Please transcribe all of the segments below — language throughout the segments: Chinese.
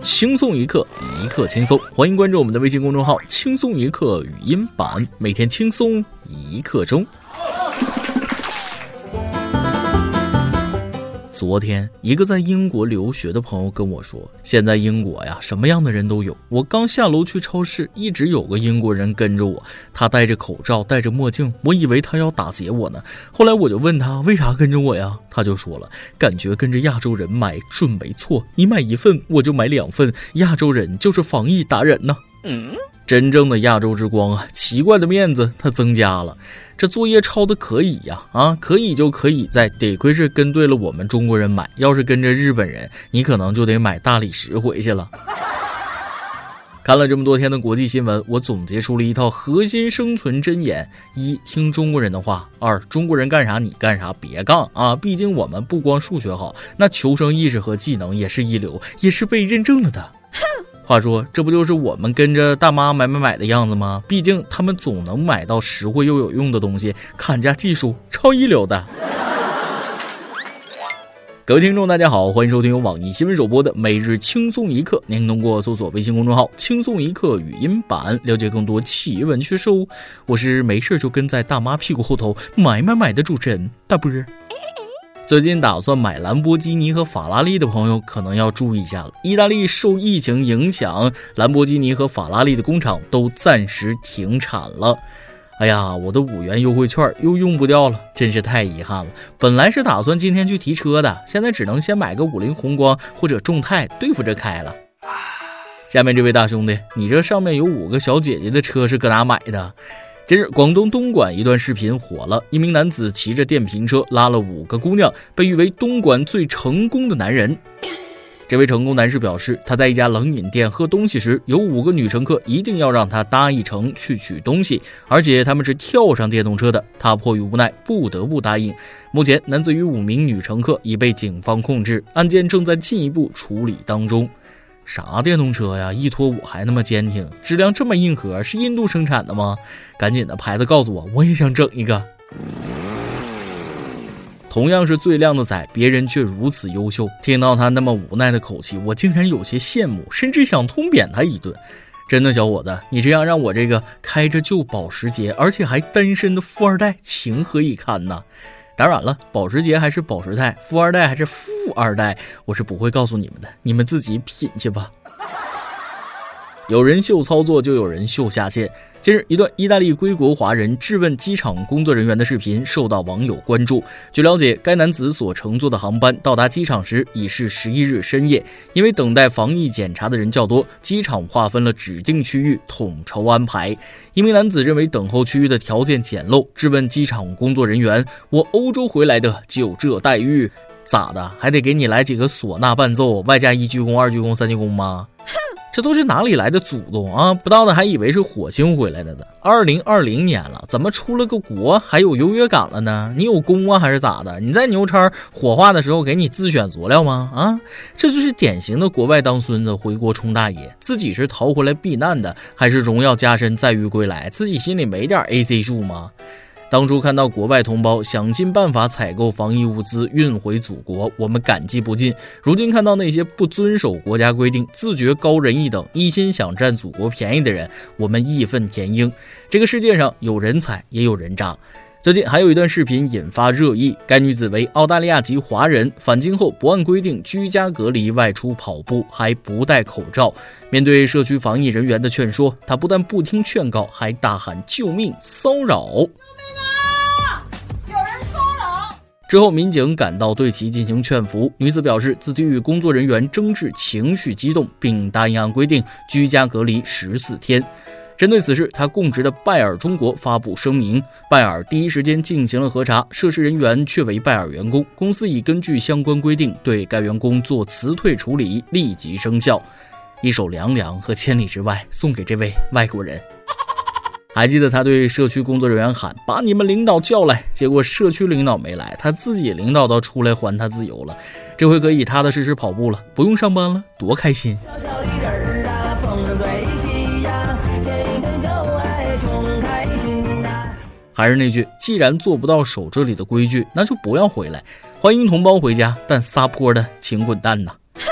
轻松一刻，一刻轻松。欢迎关注我们的微信公众号轻松一刻语音版，每天轻松一刻钟。昨天一个在英国留学的朋友跟我说，现在英国呀什么样的人都有。我刚下楼去超市，一直有个英国人跟着我，他戴着口罩戴着墨镜，我以为他要打劫我呢。后来我就问他为啥跟着我呀，他就说了，感觉跟着亚洲人买准没错，你买一份我就买2份，亚洲人就是防疫达人呢。真正的亚洲之光啊，奇怪的面子它增加了。这作业抄的可以呀，可以就可以在，得亏是跟对了我们中国人买，要是跟着日本人，你可能就得买大理石回去了。看了这么多天的国际新闻，我总结出了一套核心生存箴言：一、听中国人的话；二、中国人干啥你干啥，别杠啊！毕竟我们不光数学好，那求生意识和技能也是一流，也是被认证了的。话说，这不就是我们跟着大妈买的样子吗？毕竟他们总能买到实惠又有用的东西，看家技术超一流的。各位听众大家好，欢迎收听由网易新闻首播的每日轻松一刻，您通过搜索微信公众号轻松一刻语音版了解更多奇闻趣事哦。我是没事就跟在大妈屁股后头买的主持人大波。最近打算买兰博基尼和法拉利的朋友可能要注意一下了。意大利受疫情影响，兰博基尼和法拉利的工厂都暂时停产了。哎呀，我的5元优惠券又用不掉了，真是太遗憾了。本来是打算今天去提车的，现在只能先买个50宏光或者众泰对付着开了。下面这位大兄弟，你这上面有5个小姐姐的车是搁哪买的？近日，广东东莞一段视频火了，一名男子骑着电瓶车拉了5个姑娘，被誉为东莞最成功的男人。这位成功男士表示，他在一家冷饮店喝东西时，有5个女乘客一定要让他搭一程去取东西，而且他们是跳上电动车的，他迫于无奈不得不答应。目前，男子与5名女乘客已被警方控制，案件正在进一步处理当中。啥电动车呀，1.5T还那么坚挺，质量这么硬核，是印度生产的吗？赶紧的，牌子告诉我，我也想整一个。同样是最靓的仔，别人却如此优秀，听到他那么无奈的口气，我竟然有些羡慕，甚至想痛扁他一顿。真的小伙子，你这样让我这个开着旧保时捷而且还单身的富二代情何以堪呢？当然了，保时捷还是保时泰，富二代还是富二代，我是不会告诉你们的，你们自己品去吧。有人秀操作，就有人秀下线。近日，一段意大利归国华人质问机场工作人员的视频受到网友关注。据了解，该男子所乘坐的航班到达机场时已是11日深夜，因为等待防疫检查的人较多，机场划分了指定区域统筹安排。一名男子认为等候区域的条件简陋，质问机场工作人员：“我欧洲回来的，就这待遇，咋的？还得给你来几个唢呐伴奏，外加1鞠躬、2鞠躬、3鞠躬吗？”这都是哪里来的祖宗啊！不到的还以为是火星回来的呢。2020年了，怎么出了个国还有优越感了呢？你有功啊还是咋的？你在牛叉火化的时候给你自选佐料吗？这就是典型的国外当孙子回国充大爷，自己是逃回来避难的，还是荣耀加身载誉归来？自己心里没点 AC 数吗？当初看到国外同胞想尽办法采购防疫物资运回祖国，我们感激不尽。如今看到那些不遵守国家规定、自觉高人一等、一心想占祖国便宜的人，我们义愤填膺。这个世界上有人才也有人渣。最近还有一段视频引发热议，该女子为澳大利亚籍华人，返京后不按规定居家隔离外出跑步，还不戴口罩。面对社区防疫人员的劝说，她不但不听劝告，还大喊救命骚扰。之后民警赶到对其进行劝服，女子表示自己与工作人员争执，情绪激动，并答应按规定居家隔离14天。针对此事，他供职的拜耳中国发布声明，拜耳第一时间进行了核查，涉事人员确为拜耳员工，公司已根据相关规定对该员工做辞退处理，立即生效。一首凉凉和千里之外送给这位外国人。还记得他对社区工作人员喊把你们领导叫来，结果社区领导没来，他自己领导都出来还他自由了，这回可以踏踏实实跑步了，不用上班了，多开心。还是那句，既然做不到守这里的规矩，那就不要回来，欢迎同胞回家，但撒泼的请滚蛋呐。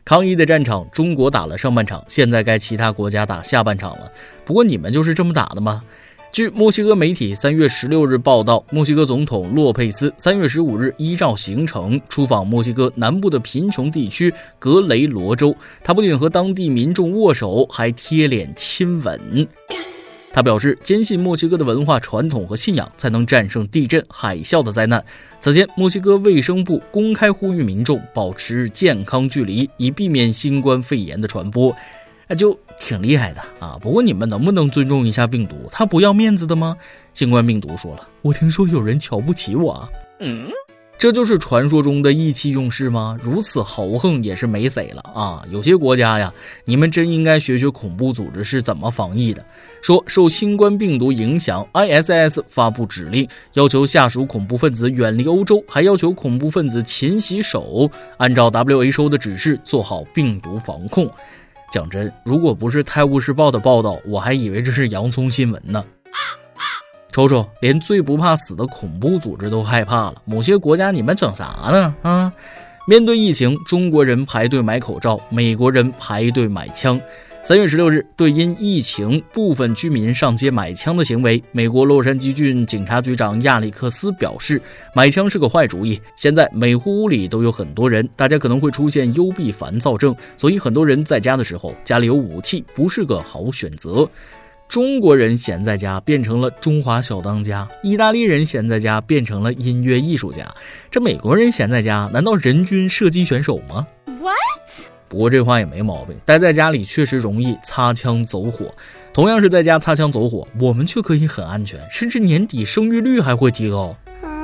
抗疫的战场，中国打了上半场，现在该其他国家打下半场了。不过你们就是这么打的吗？据墨西哥媒体3月16日报道，墨西哥总统洛佩斯3月15日依照行程出访墨西哥南部的贫穷地区格雷罗州，他不仅和当地民众握手，还贴脸亲吻。他表示，坚信墨西哥的文化传统和信仰才能战胜地震、海啸的灾难。此前，墨西哥卫生部公开呼吁民众保持健康距离，以避免新冠肺炎的传播。就挺厉害的啊！不过你们能不能尊重一下病毒？他不要面子的吗？新冠病毒说了，我听说有人瞧不起我啊。这就是传说中的意气用事吗？如此豪横也是没谁了啊！有些国家呀，你们真应该学学恐怖组织是怎么防疫的。说受新冠病毒影响 ，ISIS 发布指令，要求下属恐怖分子远离欧洲，还要求恐怖分子勤洗手，按照 WHO 的指示做好病毒防控。讲真，如果不是《泰晤士报》的报道，我还以为这是洋葱新闻呢。瞅瞅，连最不怕死的恐怖组织都害怕了，某些国家你们整啥呢？啊！面对疫情，中国人排队买口罩，美国人排队买枪。3月16日，对因疫情部分居民上街买枪的行为，美国洛杉矶郡警察局长亚历克斯表示，买枪是个坏主意。现在每户屋里都有很多人，大家可能会出现幽闭烦躁症，所以很多人在家的时候，家里有武器不是个好选择。中国人闲在家变成了中华小当家，意大利人闲在家变成了音乐艺术家，这美国人闲在家难道人均射击选手吗？ What？ 不过这话也没毛病，待在家里确实容易擦枪走火。同样是在家擦枪走火，我们却可以很安全，甚至年底生育率还会提高。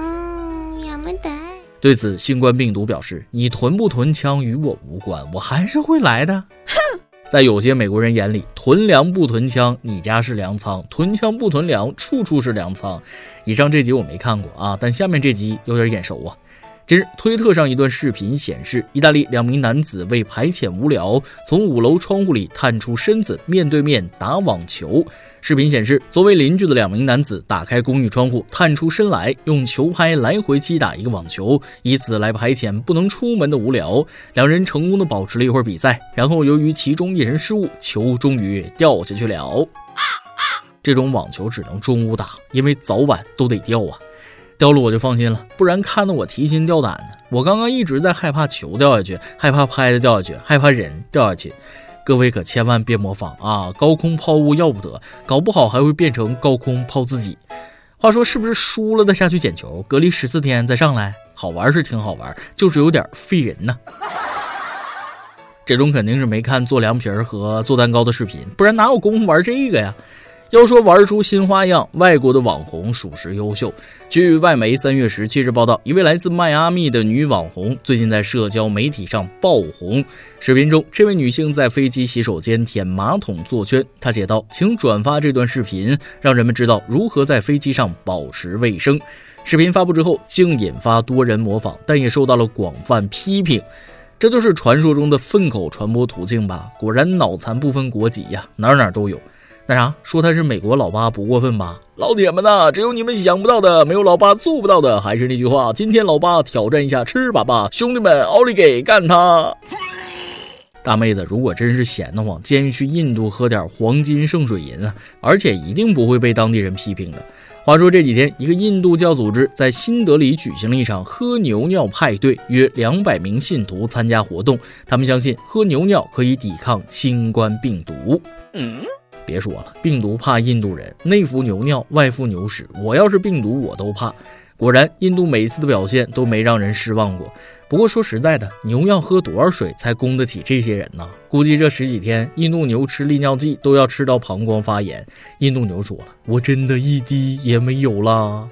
对此，新冠病毒表示，你囤不囤枪与我无关，我还是会来的。在有些美国人眼里，囤粮不囤枪，你家是粮仓；囤枪不囤粮，处处是粮仓。以上这集我没看过啊，但下面这集有点眼熟啊。近日，推特上一段视频显示，意大利2名男子为排遣无聊，从5楼窗户里探出身子，面对面打网球。视频显示，作为邻居的2名男子打开公寓窗户，探出身来，用球拍来回击打一个网球，以此来排遣不能出门的无聊。2人成功的保持了一会儿比赛，然后由于其中一人失误，球终于掉下去了。这种网球只能中午打，因为早晚都得掉啊。掉了我就放心了，不然看得我提心吊胆的。我刚刚一直在害怕球掉下去，害怕拍子掉下去，害怕人掉下去。各位可千万别模仿啊！高空抛物要不得，搞不好还会变成高空抛自己。话说是不是输了的下去捡球，隔离14天再上来？好玩是挺好玩，就是有点费人呢。这种肯定是没看做凉皮和做蛋糕的视频，不然哪有功夫玩这个呀？要说玩出新花样，外国的网红属实优秀。据外媒3月17日报道，一位来自迈阿密的女网红最近在社交媒体上爆红。视频中，这位女性在飞机洗手间舔马桶作圈。她写道：“请转发这段视频，让人们知道如何在飞机上保持卫生。”视频发布之后，竟引发多人模仿，但也受到了广泛批评。这就是传说中的粪口传播途径吧？果然脑残不分国籍呀，哪哪都有。那啥，说他是美国老八不过分吧？老铁们呐，只有你们想不到的，没有老八做不到的。还是那句话，今天老八挑战一下吃粑粑，兄弟们，奥利给，干他！大妹子，如果真是闲得慌，建议去印度喝点黄金圣水银啊，而且一定不会被当地人批评的。话说这几天，一个印度教组织在新德里举行了一场喝牛尿派对，约200名信徒参加活动。他们相信喝牛尿可以抵抗新冠病毒。别说了，病毒怕印度人，内服牛尿，外敷牛屎。我要是病毒，我都怕。果然，印度每次的表现都没让人失望过。不过说实在的，牛要喝多少水才供得起这些人呢？估计这10几天，印度牛吃利尿剂都要吃到膀胱发炎。印度牛说了，我真的一滴也没有啦。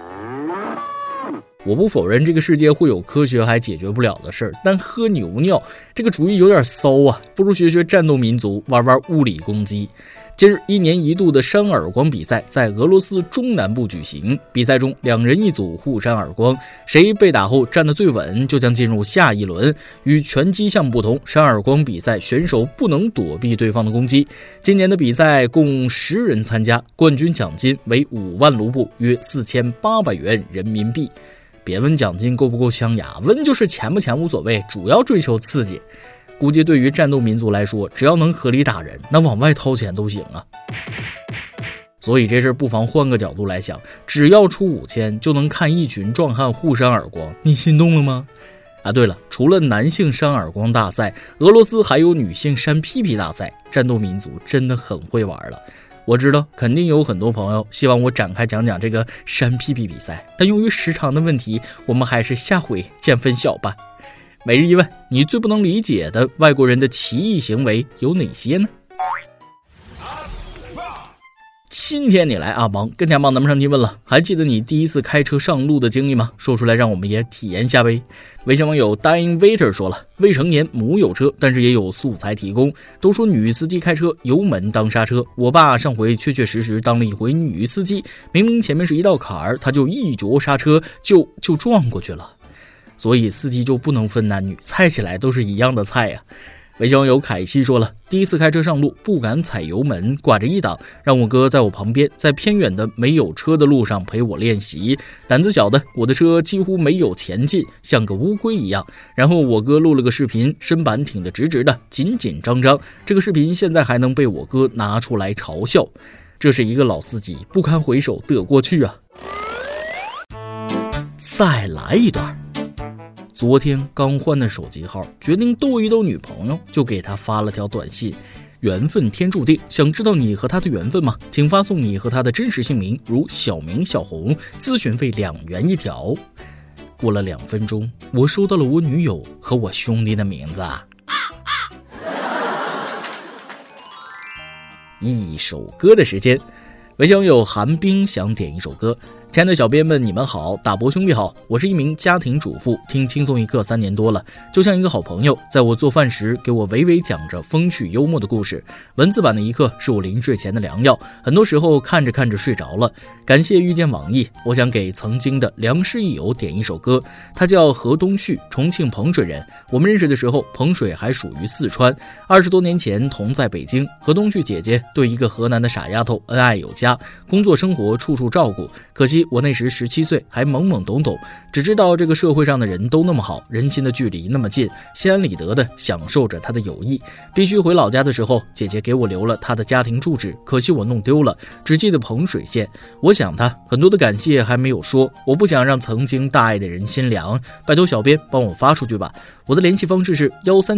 我不否认这个世界会有科学还解决不了的事儿，但喝牛尿这个主意有点骚啊，不如学学战斗民族，玩玩物理攻击。近日，1年1度的扇耳光比赛在俄罗斯中南部举行。比赛中，2人一组互扇耳光，谁被打后站得最稳，就将进入下一轮。与拳击项目不同，扇耳光比赛选手不能躲避对方的攻击。今年的比赛共10人参加，冠军奖金为5万卢布，约4800元人民币。别问奖金够不够镶牙，问就是钱不钱无所谓，主要追求刺激。 估计对于战斗民族来说，只要能合理打人，那往外掏钱都行啊。所以这事不妨换个角度来想，只要出5000就能看一群壮汉互扇耳光，你心动了吗？啊，对了，除了男性扇耳光大赛，俄罗斯还有女性扇屁屁大赛，战斗民族真的很会玩了。我知道肯定有很多朋友希望我展开讲讲这个扇屁屁比赛，但由于时长的问题，我们还是下回见分晓吧。每日一问，你最不能理解的外国人的奇异行为有哪些呢？今天你来阿邦跟天帮咱们上提问了，还记得你第一次开车上路的经历吗？说出来让我们也体验下呗。微信网友 Dying Waiter 说了，未成年母有车，但是也有素材提供。都说女司机开车油门当刹车，我爸上回确确实实当了一回女司机，明明前面是一道坎儿，他就一脚刹车就撞过去了。所以司机就不能分男女，菜起来都是一样的菜呀。微信网友凯西说了，第一次开车上路不敢踩油门，挂着一档，让我哥在我旁边，在偏远的没有车的路上陪我练习。胆子小的我的车几乎没有前进，像个乌龟一样。然后我哥录了个视频，身板挺得直直的，紧紧张张。这个视频现在还能被我哥拿出来嘲笑。这是一个老司机，不堪回首的过去啊。再来一段。昨天刚换的手机号，决定逗一逗女朋友，就给她发了条短信：缘分天注定，想知道你和她的缘分吗？请发送你和她的真实姓名，如小明、小红，咨询费2元一条。过了2分钟，我收到了我女友和我兄弟的名字。一首歌的时间，微信有寒冰想点一首歌。亲爱的小编们，你们好，大伯兄弟好，我是一名家庭主妇，听轻松一刻3年多了，就像一个好朋友，在我做饭时给我娓娓讲着风趣幽默的故事。文字版的一刻是我临睡前的良药，很多时候看着看着睡着了。感谢遇见网易，我想给曾经的良师益友点一首歌，他叫何东旭，重庆彭水人。我们认识的时候，彭水还属于四川，20多年前同在北京。何东旭姐姐对一个河南的傻丫头恩爱有加，工作生活处处照顾。可惜我那时17岁，还懵懵懂懂，只知道这个社会上的人都那么好，人心的距离那么近，心安理得的享受着她的友谊。必须回老家的时候，姐姐给我留了她的家庭住址，可惜我弄丢了，只记得彭水县。我想她很多的感谢还没有说，我不想让曾经大爱的人心凉，拜托小编帮我发出去吧。我的联系方式是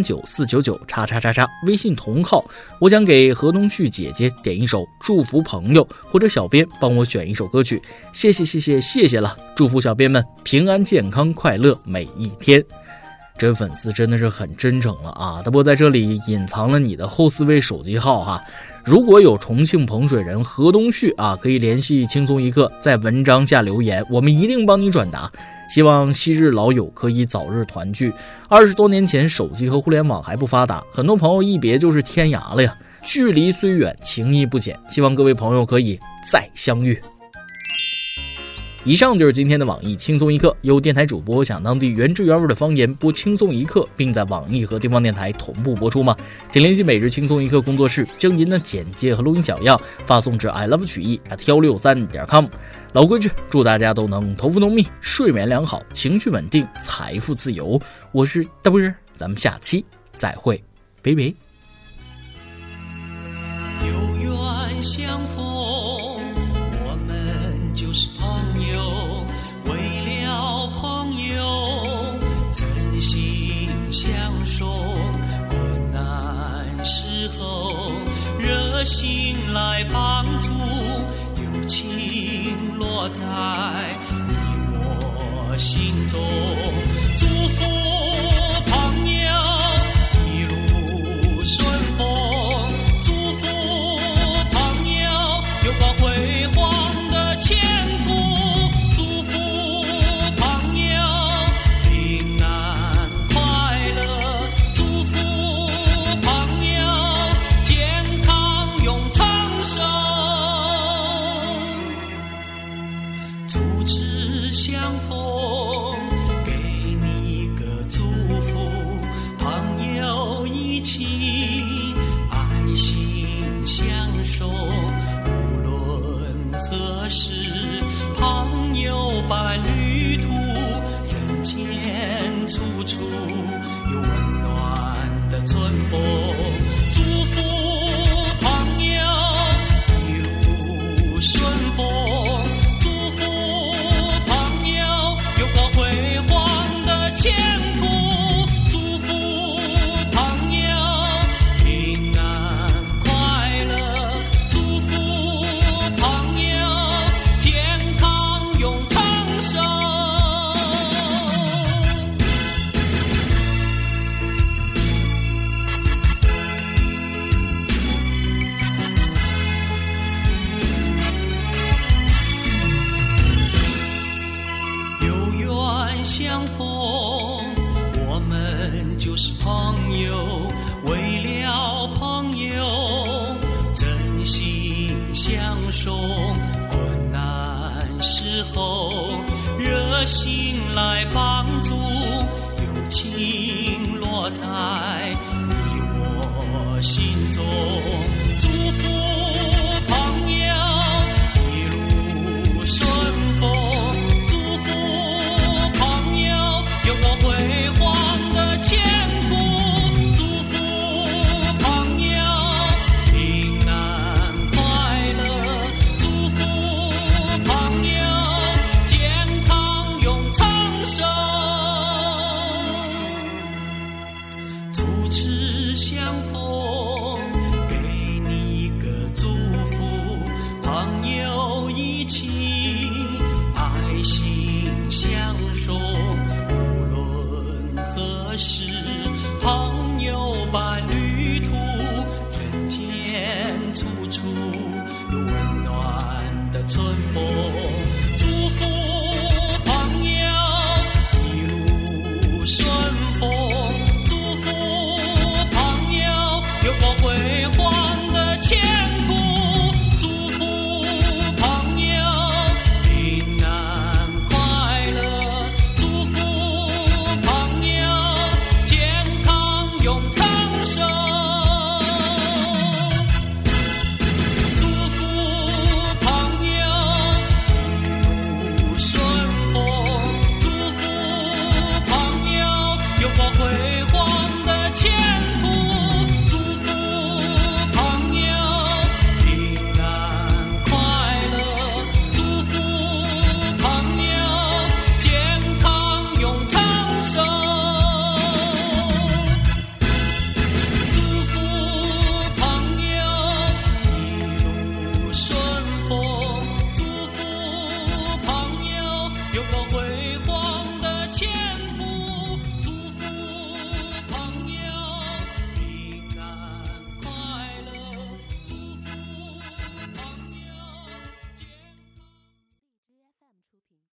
139-499……微信同号。我想给何东旭姐姐点一首祝福朋友，或者小编帮我选一首歌曲。谢谢了，祝福小编们平安健康快乐每一天。这粉丝真的是很真诚了啊！大伯在这里隐藏了你的后4位手机号哈。如果有重庆彭水人何东旭啊，可以联系轻松一刻，在文章下留言，我们一定帮你转达。希望昔日老友可以早日团聚。20多年前手机和互联网还不发达，很多朋友一别就是天涯了呀。距离虽远，情谊不减，希望各位朋友可以再相遇。以上就是今天的网易轻松一刻，由电台主播想当地原汁原味的方言播轻松一刻，并在网易和地方电台同步播出吗？请联系每日轻松一刻工作室，将您的简介和录音小样发送至 iLoveChüyi@163.com。老规矩，祝大家都能头发浓密，睡眠良好，情绪稳定，财富自由。我是大波儿，咱们下期再会，拜拜。 有缘相逢，我们就是朋友，为了朋友真心相守，困难时候热心来帮助，友情落在你我心中，祝福朋友一路顺风，祝福朋友有光辉煌的前途，祝福朋友平安快乐，祝福朋友健康永长寿，初次相逢给春风，祝福朋友一路顺风，祝福朋友有个辉煌的前途，祝福朋友平安快乐，祝福朋友健康永长寿。相逢，我们就是朋友，为了朋友真心相送，困难时候热心来帮助，友情落在你我心中，祝福朋友一路顺风，有个辉煌的前途，祝福朋友平安快乐，祝福朋友健康永长寿。初次相逢，给你一个祝福，朋友一起爱心相送，何时朋友伴旅途，人间处处有温暖的春风，祝福朋友一路顺风，祝福朋友有个辉煌的前途，祝福朋友平安快乐，祝福永